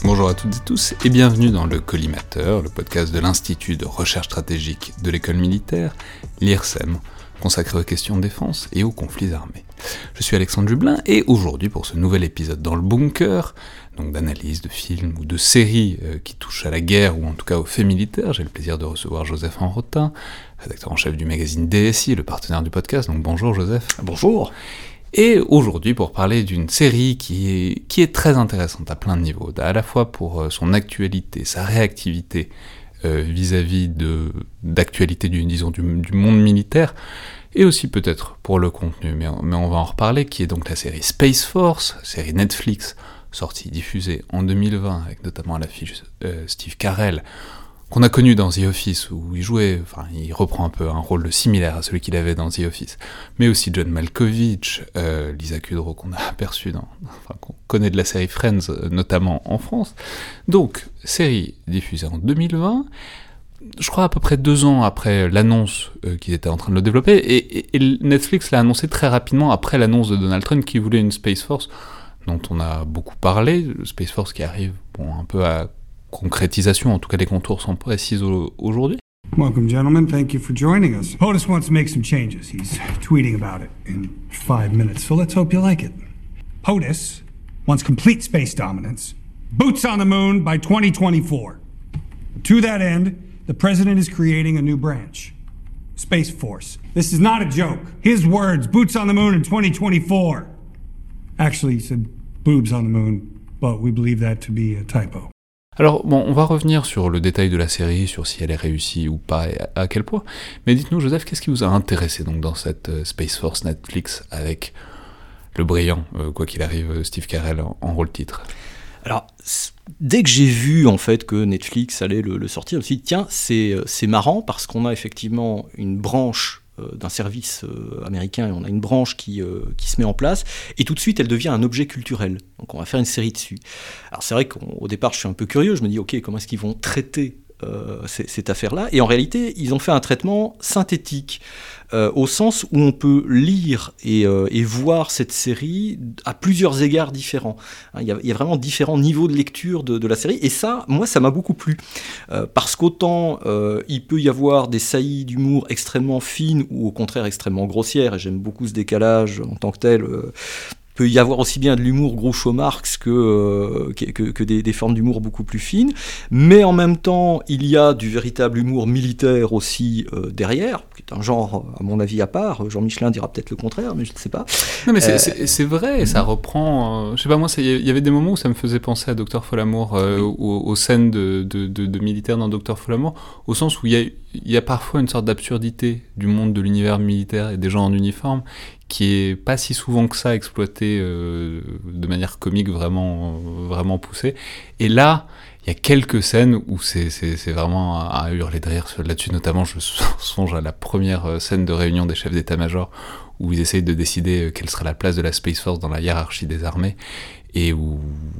Bonjour à toutes et tous et bienvenue dans le Collimateur, le podcast de l'Institut de recherche stratégique de l'école militaire, l'IRSEM, consacré aux questions de défense et aux conflits armés. Je suis Alexandre Jublin et aujourd'hui pour ce nouvel épisode dans le bunker, donc d'analyse de films ou de séries qui touchent à la guerre ou en tout cas aux faits militaires, j'ai le plaisir de recevoir Joseph Enrotin, rédacteur en chef du magazine DSI, le partenaire du podcast, donc bonjour Joseph. Bonjour. Et aujourd'hui pour parler d'une série qui est très intéressante à plein de niveaux, à la fois pour son actualité, sa réactivité vis-à-vis d'actualité du monde militaire, et aussi peut-être pour le contenu, mais on va en reparler, qui est donc la série Space Force, série Netflix, sortie, diffusée en 2020, avec notamment à l'affiche Steve Carell, qu'on a connu dans The Office, où il reprend un peu un rôle similaire à celui qu'il avait dans The Office, mais aussi John Malkovich, Lisa Kudrow, qu'on a aperçu qu'on connaît de la série Friends, notamment en France. Donc, série diffusée en 2020, je crois à peu près 2 ans après l'annonce qu'ils étaient en train de le développer, et Netflix l'a annoncé très rapidement après l'annonce de Donald Trump qui voulait une Space Force, dont on a beaucoup parlé, Space Force qui arrive un peu à concrétisation, en tout cas les contours sont précis aujourd'hui. Welcome, gentlemen. Thank you for joining us. POTUS wants to make some changes. He's tweeting about it in 5 minutes, so let's hope you like it. POTUS wants complete space dominance, boots on the moon by 2024. To that end, the president is creating a new branch, Space Force. This is not a joke. His words, boots on the moon in 2024. Actually, he said boobs on the moon, but we believe that to be a typo. Alors, on va revenir sur le détail de la série, sur si elle est réussie ou pas, et à quel point. Mais dites-nous, Joseph, qu'est-ce qui vous a intéressé donc dans cette Space Force Netflix avec le brillant, quoi qu'il arrive, Steve Carell en rôle titre? Alors, dès que j'ai vu en fait que Netflix allait le sortir, je me suis dit, tiens, c'est marrant parce qu'on a effectivement une branche d'un service américain, et on a une branche qui se met en place, et tout de suite elle devient un objet culturel. Donc on va faire une série dessus. Alors c'est vrai qu'au départ je suis un peu curieux, je me dis ok, comment est-ce qu'ils vont traiter cette affaire-là, et en réalité ils ont fait un traitement synthétique, au sens où on peut lire et voir cette série à plusieurs égards différents. Il y a vraiment différents niveaux de lecture de la série, et ça, moi, ça m'a beaucoup plu. Parce qu'autant il peut y avoir des saillies d'humour extrêmement fines ou au contraire extrêmement grossières, et j'aime beaucoup ce décalage en tant que tel. Peut y avoir aussi bien de l'humour Groucho Marx que des formes d'humour beaucoup plus fines, mais en même temps il y a du véritable humour militaire aussi derrière, qui est un genre à mon avis à part. Jean Michelin dira peut-être le contraire, mais je ne sais pas. Non mais c'est vrai, ça reprend, je sais pas moi, il y avait des moments où ça me faisait penser à Dr Folamour, aux scènes de militaires dans Dr Folamour, au sens où il y a parfois une sorte d'absurdité du monde de l'univers militaire et des gens en uniforme qui est pas si souvent que ça exploité de manière comique vraiment poussée. Et là, il y a quelques scènes où c'est vraiment à hurler de rire là-dessus. Notamment, je songe à la première scène de réunion des chefs d'état-major où ils essayent de décider quelle sera la place de la Space Force dans la hiérarchie des armées, et où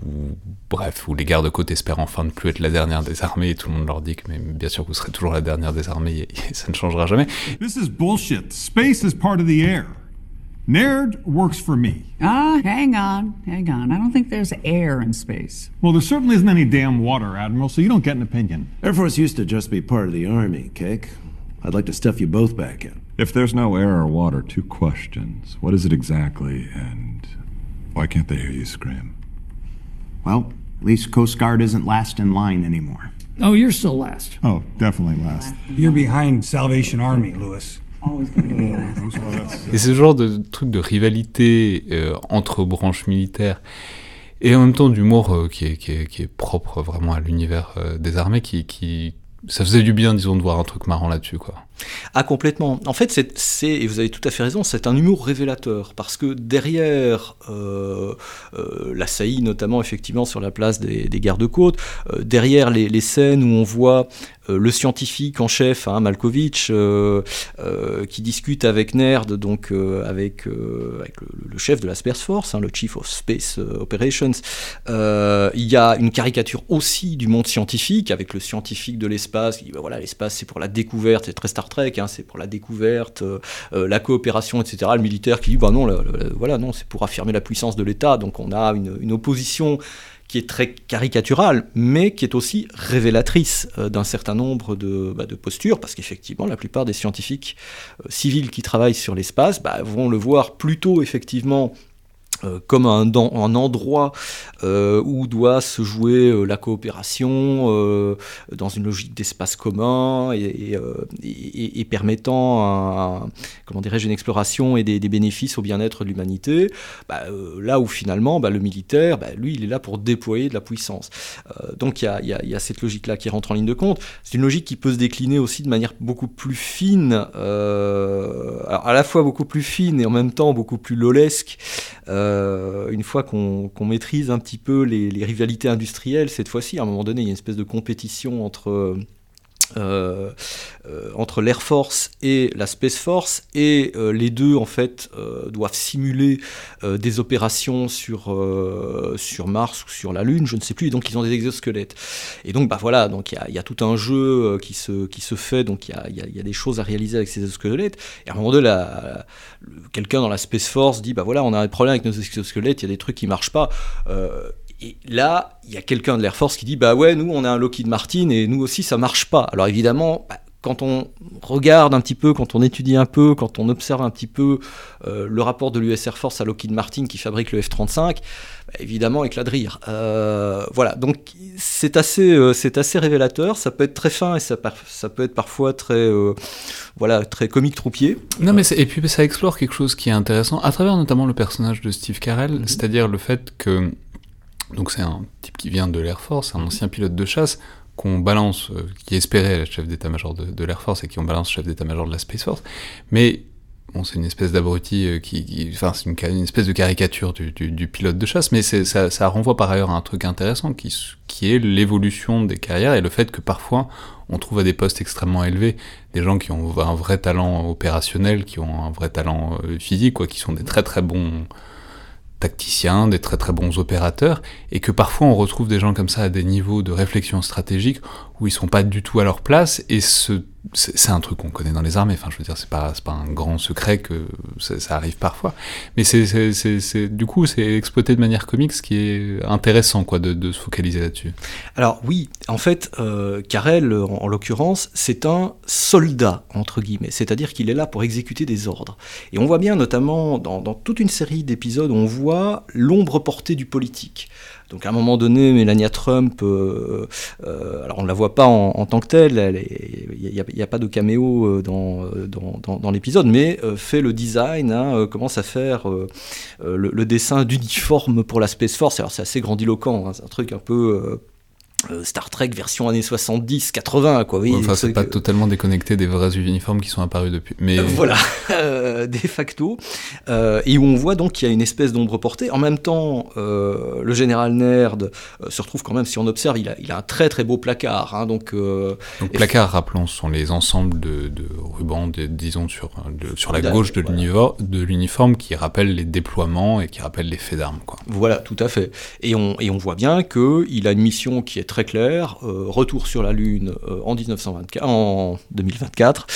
les gardes-côtes espèrent enfin ne plus être la dernière des armées, et tout le monde leur dit que mais bien sûr vous serez toujours la dernière des armées et ça ne changera jamais. This is bullshit. Space is part of the air. Nerd works for me. Hang on. I don't think there's air in space. Well, there certainly isn't any damn water, Admiral, so you don't get an opinion. Air Force used to just be part of the Army, Kick. I'd like to stuff you both back in. If there's no air or water, 2 questions. What is it exactly, and why can't they hear you scream? Well, at least Coast Guard isn't last in line anymore. Oh, you're still last. Oh, definitely last. You're behind Salvation Army, Lewis. Et ce genre de truc de rivalité entre branches militaires, et en même temps d'humour qui est propre vraiment à l'univers des armées, qui ça faisait du bien, disons, de voir un truc marrant là-dessus, quoi. Ah, complètement. En fait, et vous avez tout à fait raison, c'est un humour révélateur, parce que derrière la saillie, notamment effectivement sur la place des gardes-côtes, derrière les scènes où on voit le scientifique en chef, Malkovich, qui discute avec Nerd, donc avec le chef de la Space Force, le Chief of Space Operations. Il y a une caricature aussi du monde scientifique, avec le scientifique de l'espace qui dit voilà, l'espace c'est pour la découverte, c'est très Star Trek, c'est pour la découverte, la coopération, etc. Le militaire qui dit non, voilà, non, c'est pour affirmer la puissance de l'État. Donc on a une opposition qui est très caricaturale, mais qui est aussi révélatrice d'un certain nombre de postures, parce qu'effectivement, la plupart des scientifiques civils qui travaillent sur l'espace vont le voir plutôt effectivement comme un endroit où doit se jouer la coopération dans une logique d'espace commun et permettant une exploration et des bénéfices au bien-être de l'humanité, là où finalement le militaire, lui, il est là pour déployer de la puissance. Donc il y a cette logique-là qui rentre en ligne de compte. C'est une logique qui peut se décliner aussi de manière beaucoup plus fine, alors à la fois beaucoup plus fine et en même temps beaucoup plus lolesque. Une fois qu'on maîtrise un petit peu les rivalités industrielles, cette fois-ci, à un moment donné, il y a une espèce de compétition entre l'Air Force et la Space Force, et les deux en fait doivent simuler des opérations sur Mars ou sur la Lune, je ne sais plus, et donc ils ont des exosquelettes. Et donc donc il y a tout un jeu qui se fait, donc il y a des choses à réaliser avec ces exosquelettes. Et à un moment donné, quelqu'un dans la Space Force dit on a un problème avec nos exosquelettes, il y a des trucs qui marchent pas. Et là, il y a quelqu'un de l'Air Force qui dit nous on a un Lockheed Martin et nous aussi ça marche pas. Alors évidemment, quand on regarde un petit peu, quand on étudie un peu, quand on observe un petit peu le rapport de l'US Air Force à Lockheed Martin qui fabrique le F-35, évidemment éclat de rire. Donc c'est assez révélateur, ça peut être très fin et ça peut être parfois très comique troupier. Non mais et puis ça explore quelque chose qui est intéressant à travers notamment le personnage de Steve Carell, c'est-à-dire le fait que donc c'est un type qui vient de l'Air Force, un ancien pilote de chasse qu'on balance, qui espérait chef d'état-major de l'Air Force et qui on balance chef d'état-major de la Space Force, mais c'est une espèce d'abruti c'est une espèce de caricature du pilote de chasse, mais ça renvoie par ailleurs à un truc intéressant qui est l'évolution des carrières et le fait que parfois on trouve à des postes extrêmement élevés des gens qui ont un vrai talent opérationnel, qui ont un vrai talent physique, qui sont des très très bons tacticiens, des très très bons opérateurs, et que parfois on retrouve des gens comme ça à des niveaux de réflexion stratégique où ils sont pas du tout à leur place, et c'est un truc qu'on connaît dans les armées, enfin je veux dire c'est pas un grand secret que ça arrive parfois, mais du coup c'est exploité de manière comique, ce qui est intéressant de se focaliser là-dessus. Alors oui, en fait Carell en l'occurrence c'est un soldat entre guillemets, c'est-à-dire qu'il est là pour exécuter des ordres, et on voit bien notamment dans toute une série d'épisodes où on voit l'ombre portée du politique. Donc à un moment donné, Melania Trump, alors on ne la voit pas en tant que telle, il n'y a pas de caméo dans l'épisode, mais fait le design, commence à faire le dessin d'uniforme pour la Space Force. Alors c'est assez grandiloquent, c'est un truc un peu... Star Trek version années 70-80 oui, c'est pas totalement déconnecté des vrais uniformes qui sont apparus depuis, mais de facto, et où on voit donc qu'il y a une espèce d'ombre portée. En même temps le général Nerd se retrouve quand même, si on observe, il a un très très beau placard, donc placard, rappelons, ce sont les ensembles de rubans disons sur la gauche de l'uniforme qui rappellent les déploiements et qui rappellent les faits d'armes, Voilà, tout à fait, et on voit bien qu'il a une mission qui est très clair, retour sur la Lune en 2024,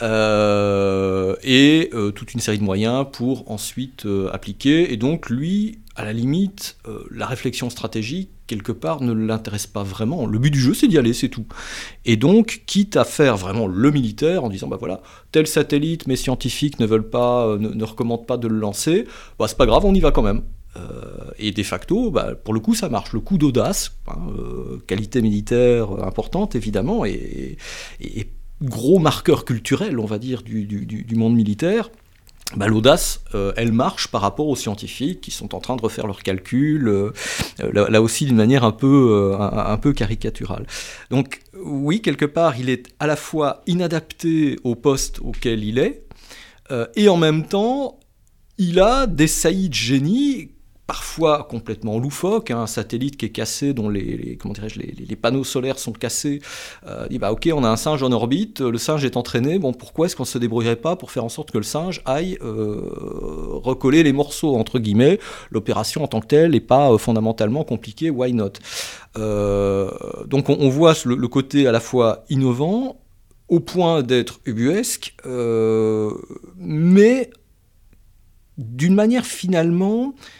et toute une série de moyens pour ensuite appliquer, et donc lui, à la limite, la réflexion stratégique, quelque part, ne l'intéresse pas vraiment. Le but du jeu, c'est d'y aller, c'est tout. Et donc, quitte à faire vraiment le militaire, en disant, tel satellite, mes scientifiques ne veulent pas, ne recommandent pas de le lancer, c'est pas grave, on y va quand même. Et de facto, pour le coup, ça marche. Le coup d'audace, qualité militaire importante, évidemment, et gros marqueur culturel, on va dire, du monde militaire. L'audace, elle marche par rapport aux scientifiques qui sont en train de refaire leurs calculs, là aussi d'une manière un peu caricaturale. Donc oui, quelque part, il est à la fois inadapté au poste auquel il est, et en même temps, il a des saillies de génie, parfois complètement loufoque, un satellite qui est cassé, dont les panneaux solaires sont cassés, dit ok, on a un singe en orbite, le singe est entraîné, pourquoi est-ce qu'on ne se débrouillerait pas pour faire en sorte que le singe aille recoller les morceaux, entre guillemets, l'opération en tant que telle n'est pas fondamentalement compliquée, why not? Donc on voit le côté à la fois innovant, au point d'être ubuesque, mais d'une manière finalement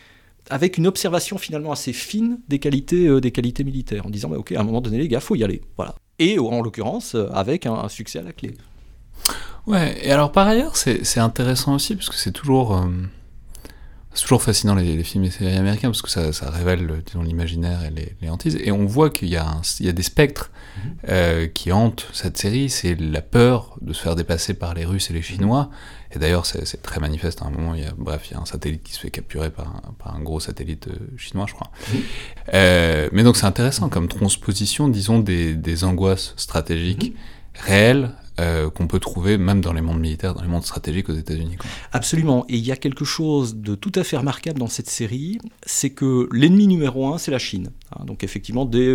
avec une observation finalement assez fine des qualités militaires, en disant ok, à un moment donné les gars, faut y aller, voilà. Et en l'occurrence avec un succès à la clé. Ouais, et alors par ailleurs c'est intéressant aussi parce que c'est toujours fascinant les films et séries américains parce que ça révèle, disons, l'imaginaire et les hantises, et on voit qu'il y a des spectres qui hantent cette série. C'est la peur de se faire dépasser par les Russes et les Chinois, et d'ailleurs c'est très manifeste à un moment. Il y a un satellite qui se fait capturer par un gros satellite chinois, je crois. Mais donc c'est intéressant comme transposition, disons, des angoisses stratégiques réelles qu'on peut trouver même dans les mondes militaires, dans les mondes stratégiques aux États-Unis, quoi. Absolument, et il y a quelque chose de tout à fait remarquable dans cette série, c'est que l'ennemi numéro 1, c'est la Chine. Donc effectivement, dès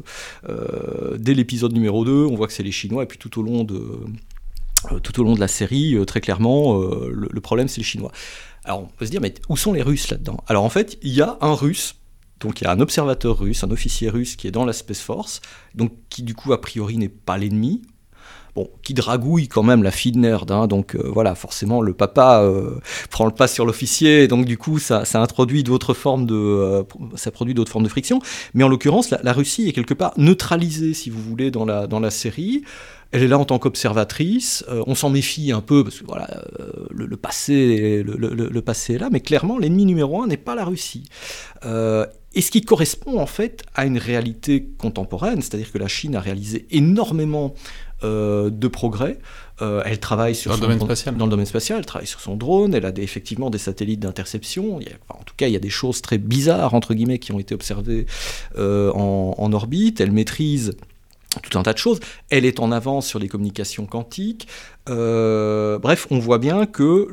l'épisode numéro 2, on voit que c'est les Chinois, et puis tout au long de la série, très clairement, le problème, c'est les Chinois. Alors on peut se dire, mais où sont les Russes là-dedans ? Alors en fait, il y a un Russe. Donc il y a un observateur russe, un officier russe qui est dans la Space Force, donc qui du coup a priori n'est pas l'ennemi. Bon, qui dragouille quand même la fille de Nerd, donc voilà, forcément le papa prend le pas sur l'officier, et donc du coup ça produit d'autres formes de friction, mais en l'occurrence la Russie est quelque part neutralisée, si vous voulez, dans la série. Elle est là en tant qu'observatrice, on s'en méfie un peu, parce que voilà, le passé est là, mais clairement l'ennemi numéro 1 n'est pas la Russie. Et ce qui correspond en fait à une réalité contemporaine, c'est-à-dire que la Chine a réalisé énormément de progrès. Elle travaille dans le domaine spatial, elle travaille sur son drone, elle a effectivement des satellites d'interception. En tout cas, il y a des choses très bizarres, entre guillemets, qui ont été observées en orbite. Elle maîtrise tout un tas de choses. Elle est en avance sur les communications quantiques. Bref, on voit bien que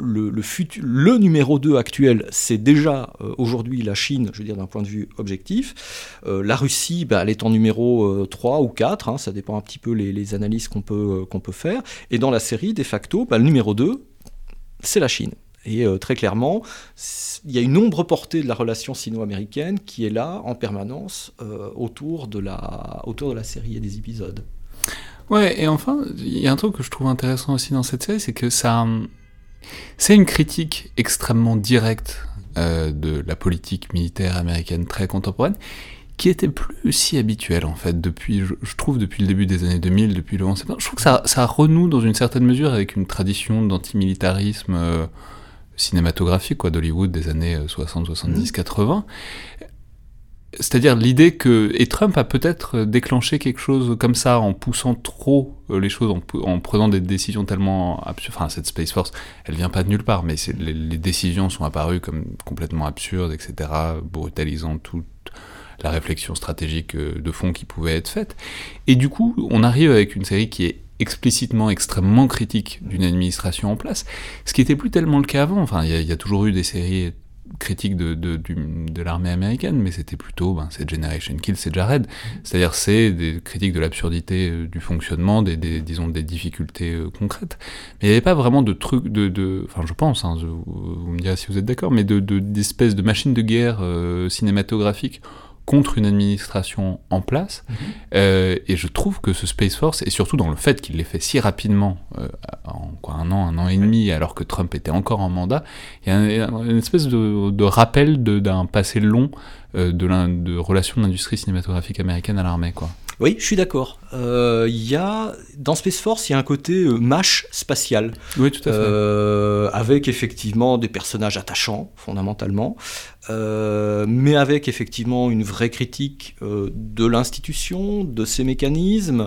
le numéro 2 actuel, c'est déjà aujourd'hui la Chine, je veux dire d'un point de vue objectif. La Russie, elle est en numéro 3 ou 4, ça dépend un petit peu les analyses qu'on peut faire. Et dans la série, de facto, le numéro 2, c'est la Chine. Et très clairement, il y a une ombre portée de la relation sino-américaine qui est là en permanence autour de la série et des épisodes. Ouais, et enfin, il y a un truc que je trouve intéressant aussi dans cette série, c'est que c'est une critique extrêmement directe de la politique militaire américaine très contemporaine, qui était plus si habituelle en fait je trouve depuis le début des années 2000, depuis le 11 septembre. Je trouve que ça renoue dans une certaine mesure avec une tradition d'antimilitarisme cinématographique d'Hollywood des années 60, 70, 80. C'est-à-dire l'idée et Trump a peut-être déclenché quelque chose comme ça en poussant trop les choses, en prenant des décisions tellement absurdes. Enfin, cette Space Force, elle vient pas de nulle part, mais les décisions sont apparues comme complètement absurdes, etc., brutalisant toute la réflexion stratégique de fond qui pouvait être faite. Et du coup, on arrive avec une série qui est explicitement extrêmement critique d'une administration en place, ce qui était plus tellement le cas avant. Enfin, il y a toujours eu des séries critiques de l'armée américaine, mais c'était plutôt c'est Generation Kill, c'est Jared. C'est-à-dire c'est des critiques de l'absurdité du fonctionnement, disons des difficultés concrètes. Mais il n'y avait pas vraiment de trucs enfin je pense, vous me direz si vous êtes d'accord, mais d'espèces de machines de guerre cinématographiques contre une administration en place, et je trouve que ce Space Force, et surtout dans le fait qu'il l'ait fait si rapidement, en un an et demi, alors que Trump était encore en mandat, il y a une espèce de rappel d'un passé long de relations de l'industrie cinématographique américaine à l'armée, quoi. Oui, je suis d'accord. Dans Space Force, il y a un côté MASH spatial. Oui, tout à fait. Avec effectivement des personnages attachants, fondamentalement, mais avec effectivement une vraie critique de l'institution, de ses mécanismes,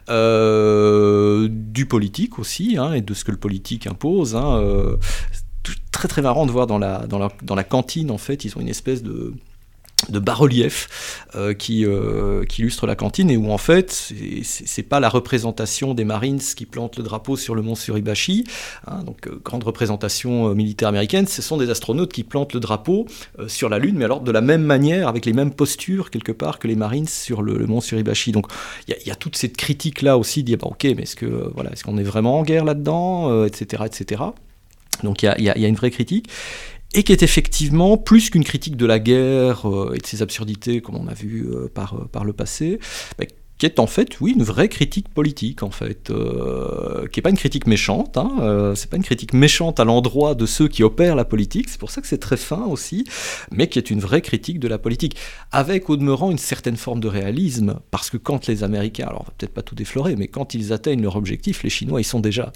du politique aussi, et de ce que le politique impose. C'est très très marrant de voir dans la cantine, en fait, ils ont une espèce de bas-relief qui illustre la cantine, et où en fait c'est pas la représentation des Marines qui plantent le drapeau sur le mont Suribachi, donc grande représentation militaire américaine, ce sont des astronautes qui plantent le drapeau sur la Lune, mais alors de la même manière, avec les mêmes postures quelque part que les Marines sur le mont Suribachi. Donc il y a toute cette critique là aussi, de dire ok, mais est-ce qu'on est vraiment en guerre là-dedans, etc. Donc il y a une vraie critique, et qui est effectivement plus qu'une critique de la guerre et de ses absurdités, comme on a vu par le passé, qui est en fait, oui, une vraie critique politique, en fait, qui n'est pas une critique méchante, c'est pas une critique méchante à l'endroit de ceux qui opèrent la politique, c'est pour ça que c'est très fin aussi, mais qui est une vraie critique de la politique, avec au demeurant une certaine forme de réalisme, parce que quand les Américains, alors on va peut-être pas tout déflorer, mais quand ils atteignent leur objectif, les Chinois y sont déjà.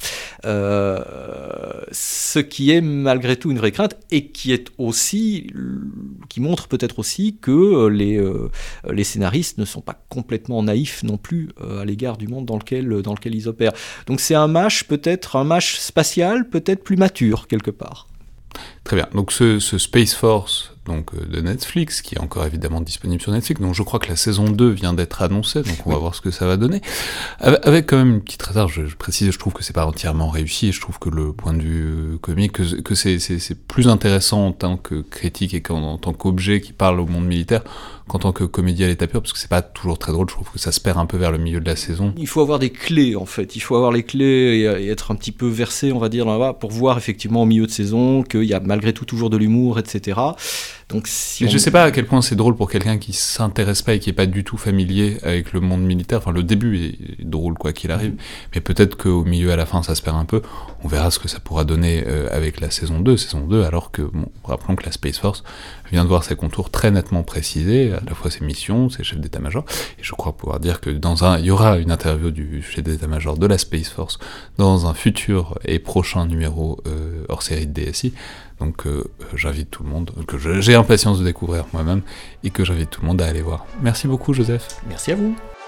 Ce qui est malgré tout une vraie crainte, et qui montre peut-être aussi que les scénaristes ne sont pas complètement naïfs non plus à l'égard du monde dans lequel ils opèrent. Donc c'est un MASH spatial, peut-être plus mature quelque part. Très bien, donc ce Space Force de Netflix, qui est encore évidemment disponible sur Netflix, donc je crois que la saison 2 vient d'être annoncée, donc on va voir ce que ça va donner, avec quand même une petite réserve, je précise, je trouve que c'est pas entièrement réussi, et je trouve que le point de vue comique, que c'est plus intéressant en tant que critique et en tant qu'objet qui parle au monde militaire, qu'en tant que comédie à l'état pur, parce que c'est pas toujours très drôle, je trouve que ça se perd un peu vers le milieu de la saison. Il faut avoir des clés, en fait, il faut avoir les clés et être un petit peu versé, on va dire, là-bas, pour voir effectivement au milieu de saison qu'il y a malgré tout toujours de l'humour, etc. Donc, je sais pas à quel point c'est drôle pour quelqu'un qui s'intéresse pas et qui est pas du tout familier avec le monde militaire. Enfin, le début est drôle quoi qu'il arrive, mais peut-être qu'au milieu à la fin ça se perd un peu. On verra ce que ça pourra donner avec la saison 2, alors que, rappelons que la Space Force vient de voir ses contours très nettement précisés, à la fois ses missions, ses chefs d'état-major, et je crois pouvoir dire que il y aura une interview du chef d'état-major de la Space Force dans un futur et prochain numéro hors série de DSI. Donc j'invite tout le monde, que j'ai impatience de découvrir moi-même, et que j'invite tout le monde à aller voir. Merci beaucoup Joseph. Merci à vous.